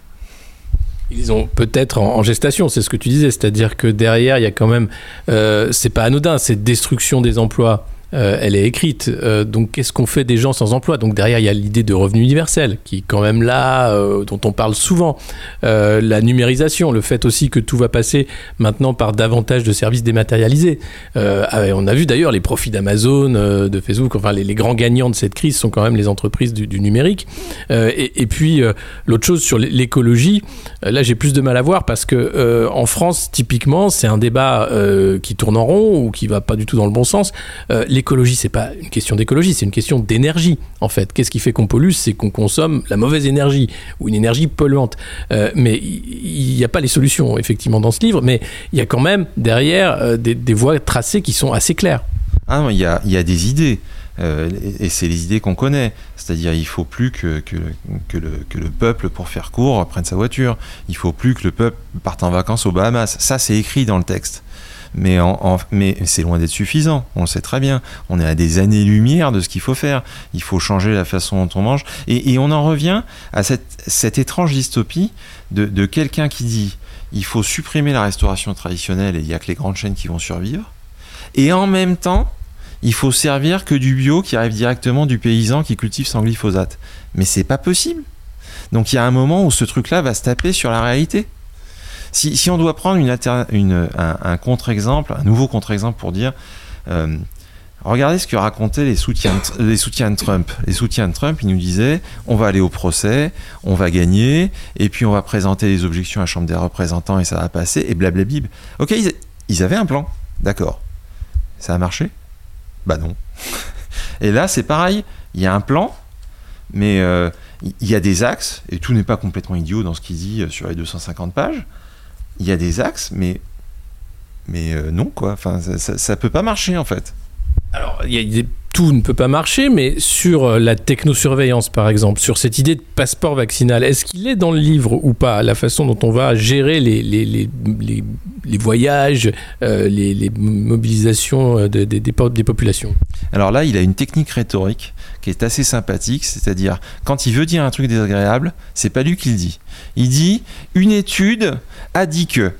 Ils ont peut-être en, en gestation, c'est ce que tu disais, c'est-à-dire que derrière, il y a quand même, euh, c'est pas anodin, cette destruction des emplois, euh, elle est écrite. Euh, donc, qu'est-ce qu'on fait des gens sans emploi ? Donc, derrière, il y a l'idée de revenu universel, qui est quand même là, euh, dont on parle souvent. Euh, la numérisation, le fait aussi que tout va passer maintenant par davantage de services dématérialisés. Euh, on a vu d'ailleurs les profits d'Amazon, euh, de Facebook, enfin, les, les grands gagnants de cette crise sont quand même les entreprises du, du numérique. Euh, et, et puis, euh, l'autre chose sur l'écologie, euh, là, j'ai plus de mal à voir parce que euh, en France, typiquement, c'est un débat euh, qui tourne en rond ou qui va pas du tout dans le bon sens. Euh, L'écologie, c'est pas une question d'écologie, c'est une question d'énergie, en fait. Qu'est-ce qui fait qu'on pollue ? C'est qu'on consomme la mauvaise énergie ou une énergie polluante. Euh, mais il n'y a pas les solutions, effectivement, dans ce livre, mais il y a quand même, derrière, euh, des, des voies tracées qui sont assez claires. Ah non, il y a, il y a des idées. Euh, et c'est les idées qu'on connaît. C'est-à-dire, il ne faut plus que, que, que, le, que le peuple, pour faire court, prenne sa voiture. Il ne faut plus que le peuple parte en vacances aux Bahamas. Ça, c'est écrit dans le texte. Mais, en, en, mais c'est loin d'être suffisant, on le sait très bien. On est à des années-lumière de ce qu'il faut faire. Il faut changer la façon dont on mange. Et, et on en revient à cette, cette étrange dystopie de, de quelqu'un qui dit il faut supprimer la restauration traditionnelle et il n'y a que les grandes chaînes qui vont survivre. Et en même temps, il faut servir que du bio qui arrive directement du paysan qui cultive sans glyphosate. Mais c'est pas possible. Donc il y a un moment où ce truc-là va se taper sur la réalité. Si, si on doit prendre une alter, une, un, un contre-exemple, un nouveau contre-exemple pour dire, euh, regardez ce que racontaient les soutiens, de, les soutiens de Trump. Les soutiens de Trump, ils nous disaient, on va aller au procès, on va gagner, et puis on va présenter les objections à la Chambre des représentants et ça va passer, et blablabib. Ok, ils, ils avaient un plan, d'accord. Ça a marché ? Bah non. Et là, c'est pareil, il y a un plan, mais euh, il y a des axes, et tout n'est pas complètement idiot dans ce qu'il dit sur les deux cent cinquante pages. Il y a des axes, mais, mais euh, non, quoi. Enfin, ça, ça, ça peut pas marcher, en fait. Alors, il y a des... tout ne peut pas marcher, mais sur la technosurveillance, par exemple, sur cette idée de passeport vaccinal, est-ce qu'il est dans le livre ou pas, la façon dont on va gérer les, les, les, les, les voyages, euh, les, les mobilisations de, de, des, des populations ? Alors là, il a une technique rhétorique qui est assez sympathique, c'est-à-dire, quand il veut dire un truc désagréable, c'est pas lui qui le dit. Il dit, une étude a dit que...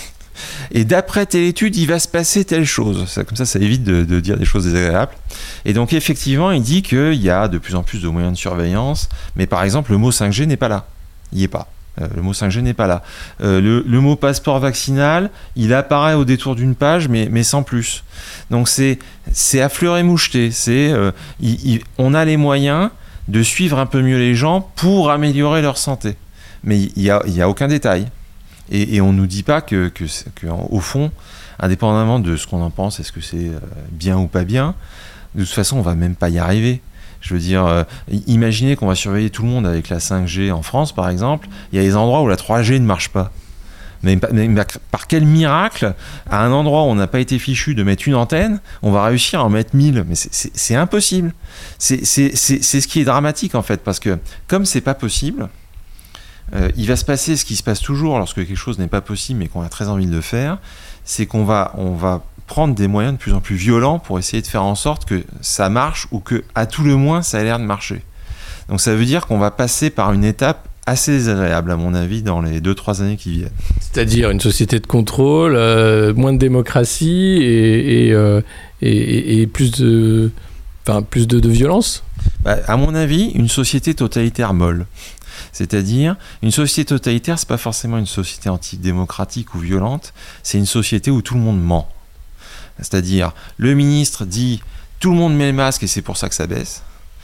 Et d'après telle étude, il va se passer telle chose. Ça, comme ça, ça évite de, de dire des choses désagréables. Et donc, effectivement, il dit qu'il y a de plus en plus de moyens de surveillance. Mais par exemple, le mot cinq G n'est pas là. Il n'y est pas. Euh, le mot cinq G n'est pas là. Euh, le, le mot passeport vaccinal, il apparaît au détour d'une page, mais, mais sans plus. Donc, c'est, c'est à fleur et moucheté. C'est, euh, il, il, on a les moyens de suivre un peu mieux les gens pour améliorer leur santé. Mais il n'y a, il y a aucun détail. Et, et on ne nous dit pas que, que, que, au fond, indépendamment de ce qu'on en pense, est-ce que c'est bien ou pas bien, de toute façon, on ne va même pas y arriver. Je veux dire, euh, imaginez qu'on va surveiller tout le monde avec la cinq G en France, par exemple. Il y a des endroits où la trois G ne marche pas. Mais, mais, mais par quel miracle, à un endroit où on n'a pas été fichu de mettre une antenne, on va réussir à en mettre mille. Mais c'est, c'est, c'est impossible. C'est, c'est, c'est, c'est ce qui est dramatique, en fait, parce que comme c'est pas possible... Euh, il va se passer ce qui se passe toujours lorsque quelque chose n'est pas possible mais qu'on a très envie de le faire, c'est qu'on va, on va prendre des moyens de plus en plus violents pour essayer de faire en sorte que ça marche ou que, à tout le moins, ça a l'air de marcher. Donc ça veut dire qu'on va passer par une étape assez désagréable, à mon avis, dans les deux trois années qui viennent. C'est-à-dire une société de contrôle, euh, moins de démocratie et, et, euh, et, et plus de, enfin, plus de, de violence ? Bah, à mon avis, une société totalitaire molle. C'est-à-dire, une société totalitaire, c'est pas forcément une société antidémocratique ou violente, c'est une société où tout le monde ment. C'est-à-dire, le ministre dit tout le monde met le masque et c'est pour ça que ça baisse.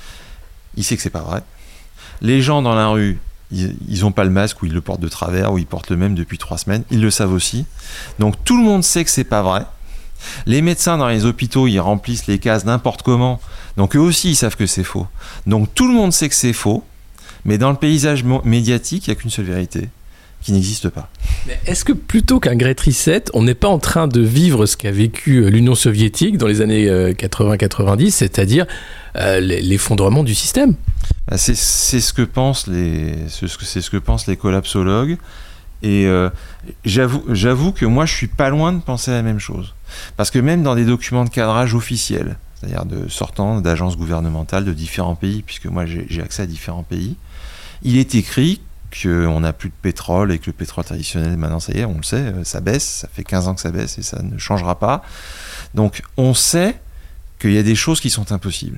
Il sait que c'est pas vrai. Les gens dans la rue, ils, ils ont pas le masque ou ils le portent de travers ou ils portent le même depuis trois semaines. Ils le savent aussi. Donc tout le monde sait que c'est pas vrai. Les médecins dans les hôpitaux, ils remplissent les cases n'importe comment. Donc eux aussi, ils savent que c'est faux. Donc tout le monde sait que c'est faux. Mais dans le paysage médiatique, il n'y a qu'une seule vérité, qui n'existe pas. Mais est-ce que plutôt qu'un Great Reset, on n'est pas en train de vivre ce qu'a vécu l'Union soviétique dans les années quatre-vingts quatre-vingt-dix, c'est-à-dire euh, l'effondrement du système ? Bah c'est, c'est, ce que pensent les, c'est, ce que, c'est ce que pensent les collapsologues. Et euh, j'avoue, j'avoue que moi, je ne suis pas loin de penser la même chose. Parce que même dans des documents de cadrage officiels, c'est-à-dire de sortant d'agences gouvernementales de différents pays, puisque moi j'ai, j'ai accès à différents pays, il est écrit qu'on n'a plus de pétrole et que le pétrole traditionnel, maintenant ça y est, on le sait, ça baisse, ça fait quinze ans que ça baisse et ça ne changera pas. Donc on sait qu'il y a des choses qui sont impossibles.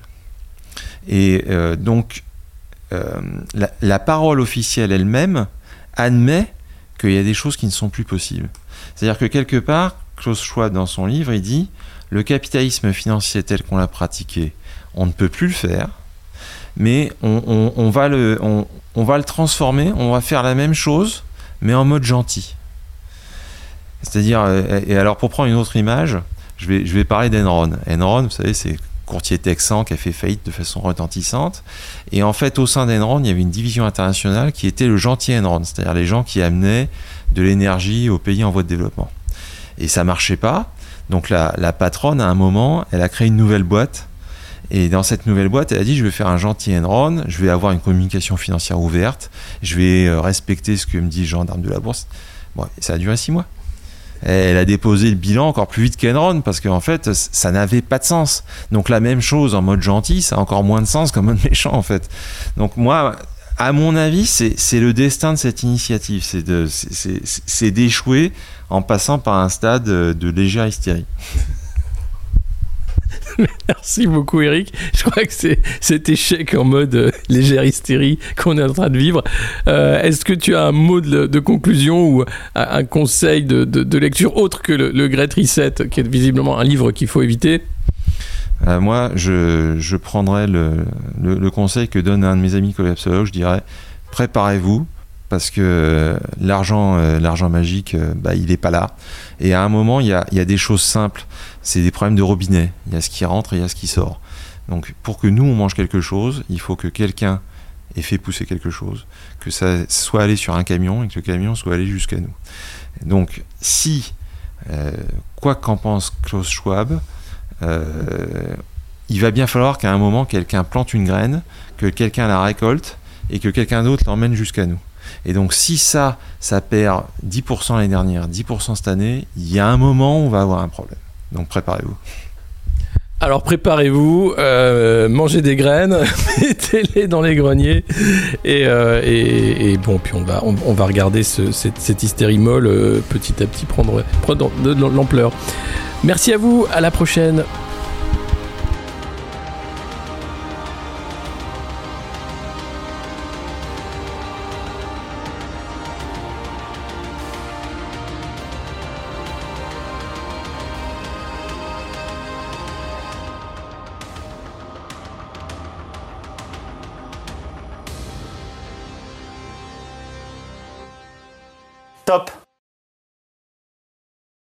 Et euh, donc euh, la, la parole officielle elle-même admet qu'il y a des choses qui ne sont plus possibles. C'est-à-dire que quelque part, Klaus Schwab dans son livre, il dit « Le capitalisme financier tel qu'on l'a pratiqué, on ne peut plus le faire, mais on, on, on, va le, on, on va le transformer, on va faire la même chose, mais en mode gentil. » C'est-à-dire, et alors pour prendre une autre image, je vais, je vais parler d'Enron. Enron, vous savez, c'est courtier texan qui a fait faillite de façon retentissante. Et en fait, au sein d'Enron, il y avait une division internationale qui était le gentil Enron, c'est-à-dire les gens qui amenaient de l'énergie aux pays en voie de développement. Et ça marchait pas. Donc la, la patronne, à un moment, elle a créé une nouvelle boîte. Et dans cette nouvelle boîte, elle a dit, je vais faire un gentil Enron, je vais avoir une communication financière ouverte, je vais respecter ce que me dit le gendarme de la bourse. Bon, ça a duré six mois. Elle a déposé le bilan encore plus vite qu'Enron parce qu'en fait, ça n'avait pas de sens. Donc la même chose en mode gentil, ça a encore moins de sens qu'en mode méchant en fait. Donc moi, à mon avis, c'est, c'est le destin de cette initiative, c'est, de, c'est, c'est, c'est d'échouer en passant par un stade de légère hystérie. Merci beaucoup Eric. Je crois que c'est cet échec en mode euh, légère hystérie qu'on est en train de vivre. Euh, est-ce que tu as un mot de, de conclusion ou un, un conseil de, de, de lecture autre que le, le Great Reset, qui est visiblement un livre qu'il faut éviter? euh, Moi, je, je prendrais le, le, le conseil que donne un de mes amis collapsologues. Je dirais, préparez-vous, parce que l'argent, euh, l'argent magique, euh, bah, il n'est pas là. Et à un moment, il y a, il y a des choses simples. C'est des problèmes de robinet. Il y a ce qui rentre et il y a ce qui sort. Donc, pour que nous, on mange quelque chose, il faut que quelqu'un ait fait pousser quelque chose, que ça soit allé sur un camion et que le camion soit allé jusqu'à nous. Donc, si, euh, quoi qu'en pense Klaus Schwab, euh, il va bien falloir qu'à un moment, quelqu'un plante une graine, que quelqu'un la récolte et que quelqu'un d'autre l'emmène jusqu'à nous. Et donc si ça, ça perd dix pour cent l'année dernière, dix pour cent cette année, il y a un moment où on va avoir un problème. Donc préparez-vous. Alors préparez-vous, euh, mangez des graines, mettez-les dans les greniers et, euh, et, et bon, puis on va, on, on va regarder ce, cette, cette hystérie molle euh, petit à petit prendre, prendre de l'ampleur. Merci à vous, à la prochaine. Top.